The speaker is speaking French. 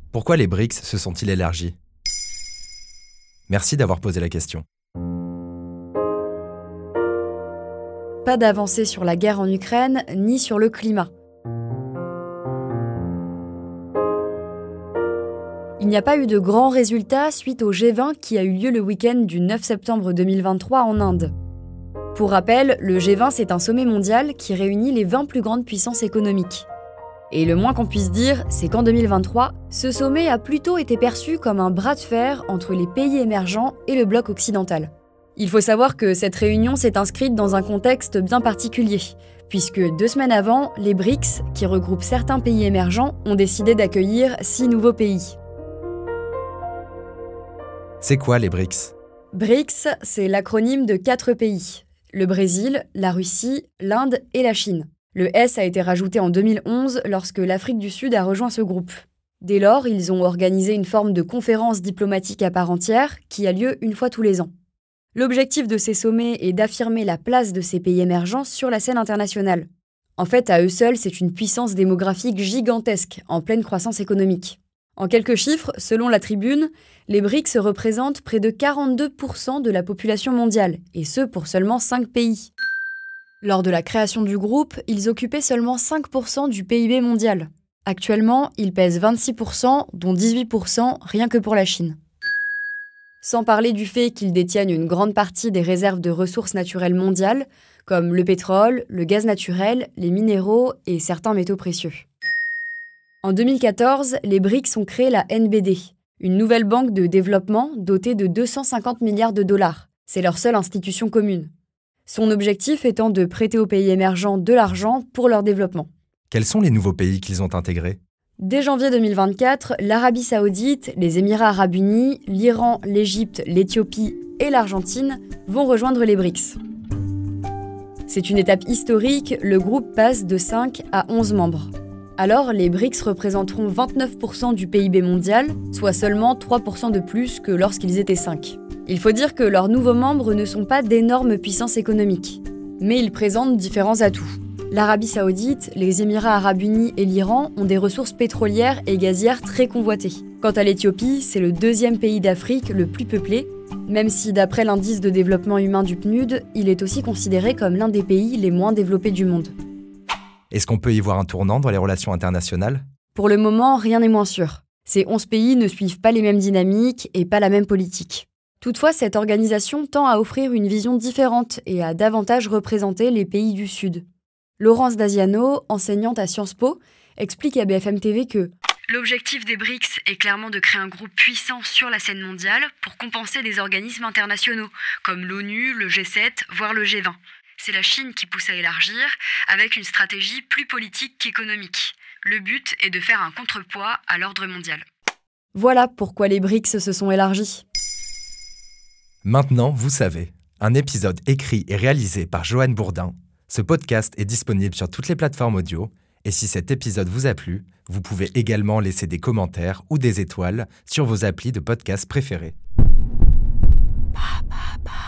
Pourquoi les BRICS se sont-ils élargis ? Merci d'avoir posé la question. Pas d'avancée sur la guerre en Ukraine, ni sur le climat. Il n'y a pas eu de grands résultats suite au G20 qui a eu lieu le week-end du 9 septembre 2023 en Inde. Pour rappel, le G20 c'est un sommet mondial qui réunit les 20 plus grandes puissances économiques. Et le moins qu'on puisse dire, c'est qu'en 2023, ce sommet a plutôt été perçu comme un bras de fer entre les pays émergents et le bloc occidental. Il faut savoir que cette réunion s'est inscrite dans un contexte bien particulier, puisque 2 semaines avant, les BRICS, qui regroupent certains pays émergents, ont décidé d'accueillir 6 nouveaux pays. C'est quoi les BRICS ? BRICS, c'est l'acronyme de 4 pays. Le Brésil, la Russie, l'Inde et la Chine. Le S a été rajouté en 2011 lorsque l'Afrique du Sud a rejoint ce groupe. Dès lors, ils ont organisé une forme de conférence diplomatique à part entière qui a lieu une fois tous les ans. L'objectif de ces sommets est d'affirmer la place de ces pays émergents sur la scène internationale. En fait, à eux seuls, c'est une puissance démographique gigantesque, en pleine croissance économique. En quelques chiffres, selon la Tribune, les BRICS représentent près de 42% de la population mondiale, et ce pour seulement 5 pays. Lors de la création du groupe, ils occupaient seulement 5% du PIB mondial. Actuellement, ils pèsent 26%, dont 18% rien que pour la Chine. Sans parler du fait qu'ils détiennent une grande partie des réserves de ressources naturelles mondiales, comme le pétrole, le gaz naturel, les minéraux et certains métaux précieux. En 2014, les BRICS ont créé la NBD, une nouvelle banque de développement dotée de 250 milliards de dollars. C'est leur seule institution commune. Son objectif étant de prêter aux pays émergents de l'argent pour leur développement. Quels sont les nouveaux pays qu'ils ont intégrés ? Dès janvier 2024, l'Arabie Saoudite, les Émirats Arabes Unis, l'Iran, l'Égypte, l'Éthiopie et l'Argentine vont rejoindre les BRICS. C'est une étape historique, le groupe passe de 5 à 11 membres. Alors, les BRICS représenteront 29% du PIB mondial, soit seulement 3% de plus que lorsqu'ils étaient 5. Il faut dire que leurs nouveaux membres ne sont pas d'énormes puissances économiques, mais ils présentent différents atouts. L'Arabie Saoudite, les Émirats Arabes Unis et l'Iran ont des ressources pétrolières et gazières très convoitées. Quant à l'Éthiopie, c'est le 2e pays d'Afrique le plus peuplé, même si d'après l'indice de développement humain du PNUD, il est aussi considéré comme l'un des pays les moins développés du monde. Est-ce qu'on peut y voir un tournant dans les relations internationales ? Pour le moment, rien n'est moins sûr. Ces 11 pays ne suivent pas les mêmes dynamiques et pas la même politique. Toutefois, cette organisation tend à offrir une vision différente et à davantage représenter les pays du Sud. Laurence Daziano, enseignante à Sciences Po, explique à BFM TV que l'objectif des BRICS est clairement de créer un groupe puissant sur la scène mondiale pour compenser des organismes internationaux comme l'ONU, le G7, voire le G20. C'est la Chine qui pousse à élargir, avec une stratégie plus politique qu'économique. Le but est de faire un contrepoids à l'ordre mondial. Voilà pourquoi les BRICS se sont élargis. Maintenant, vous savez. Un épisode écrit et réalisé par Joanne Bourdin. Ce podcast est disponible sur toutes les plateformes audio. Et si cet épisode vous a plu, vous pouvez également laisser des commentaires ou des étoiles sur vos applis de podcast préférés.